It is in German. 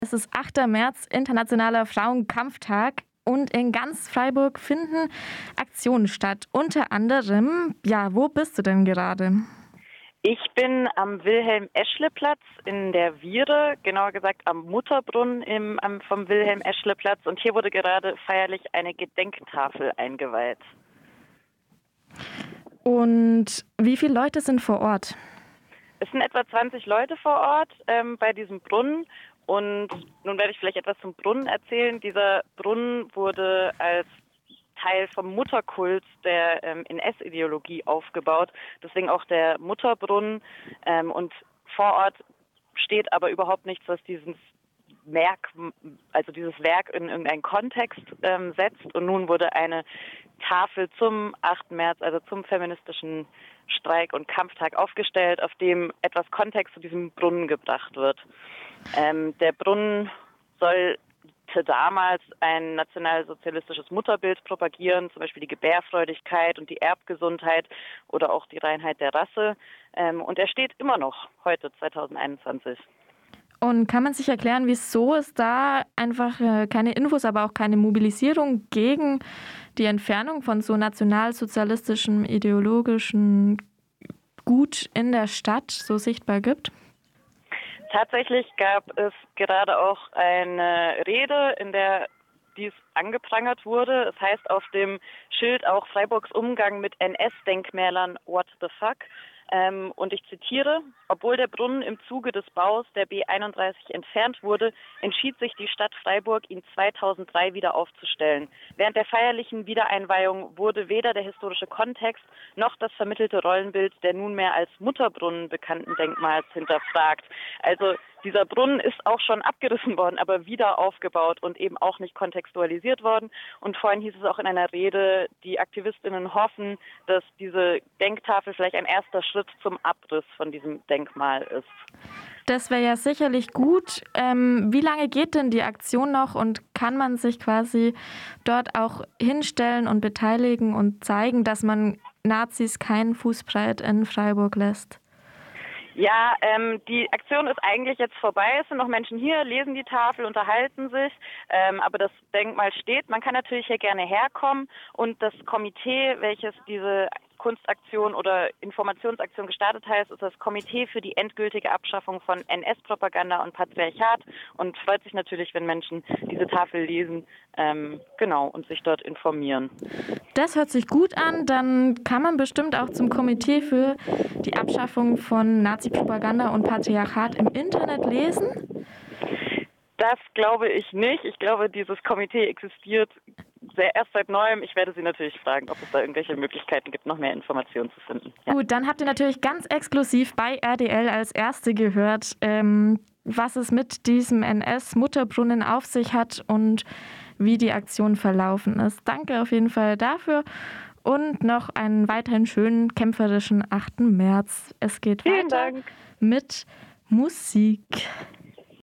Es ist 8. März, Internationaler Frauenkampftag. Und in ganz Freiburg finden Aktionen statt. Unter anderem, ja, wo bist du denn gerade? Ich bin am Wilhelm-Eschle-Platz in der Viere, genauer gesagt am Mutterbrunnen vom Wilhelm-Eschle-Platz. Und hier wurde gerade feierlich eine Gedenktafel eingeweiht. Und wie viele Leute sind vor Ort? Es sind etwa 20 Leute vor Ort bei diesem Brunnen. Und nun werde ich vielleicht etwas zum Brunnen erzählen. Dieser Brunnen wurde als Teil vom Mutterkult der NS-Ideologie aufgebaut. Deswegen auch der Mutterbrunnen. Und vor Ort steht aber überhaupt nichts, was dieses Werk in irgendeinen Kontext setzt. Und nun wurde eine Tafel zum 8. März, also zum feministischen Streik- und Kampftag aufgestellt, auf dem etwas Kontext zu diesem Brunnen gebracht wird. Der Brunnen sollte damals ein nationalsozialistisches Mutterbild propagieren, zum Beispiel die Gebärfreudigkeit und die Erbgesundheit oder auch die Reinheit der Rasse. Und er steht immer noch heute, 2021. Und kann man sich erklären, wieso es da einfach keine Infos, aber auch keine Mobilisierung gegen die Entfernung von so nationalsozialistischem, ideologischen Gut in der Stadt so sichtbar gibt? Tatsächlich gab es gerade auch eine Rede, in der dies angeprangert wurde. Es heißt auf dem Schild auch Freiburgs Umgang mit NS-Denkmälern, what the fuck? Und ich zitiere: Obwohl der Brunnen im Zuge des Baus der B31 entfernt wurde, entschied sich die Stadt Freiburg, ihn 2003 wieder aufzustellen. Während der feierlichen Wiedereinweihung wurde weder der historische Kontext noch das vermittelte Rollenbild der nunmehr als Mutterbrunnen bekannten Denkmals hinterfragt. Also dieser Brunnen ist auch schon abgerissen worden, aber wieder aufgebaut und eben auch nicht kontextualisiert worden. Und vorhin hieß es auch in einer Rede, die AktivistInnen hoffen, dass diese Denktafel vielleicht ein erster Schritt zum Abriss von diesem Denkmal ist. Das wäre ja sicherlich gut. Wie lange geht denn die Aktion noch und kann man sich quasi dort auch hinstellen und beteiligen und zeigen, dass man Nazis keinen Fußbreit in Freiburg lässt? Ja, die Aktion ist eigentlich jetzt vorbei. Es sind noch Menschen hier, lesen die Tafel, unterhalten sich, aber das Denkmal steht. Man kann natürlich hier gerne herkommen und das Komitee, welches diese Kunstaktion oder Informationsaktion gestartet hat, ist das Komitee für die endgültige Abschaffung von NS-Propaganda und Patriarchat und freut sich natürlich, wenn Menschen diese Tafel lesen, und sich dort informieren. Das hört sich gut an, dann kann man bestimmt auch zum Komitee für die Abschaffung von Nazi-Propaganda und Patriarchat im Internet lesen? Das glaube ich nicht. Ich glaube, dieses Komitee existiert erst seit Neuem. Ich werde Sie natürlich fragen, ob es da irgendwelche Möglichkeiten gibt, noch mehr Informationen zu finden. Ja. Gut, dann habt ihr natürlich ganz exklusiv bei RDL als Erste gehört, was es mit diesem NS-Mutterbrunnen auf sich hat und wie die Aktion verlaufen ist. Danke auf jeden Fall dafür und noch einen weiterhin schönen kämpferischen 8. März. Es geht Vielen weiter Dank. mit Musik.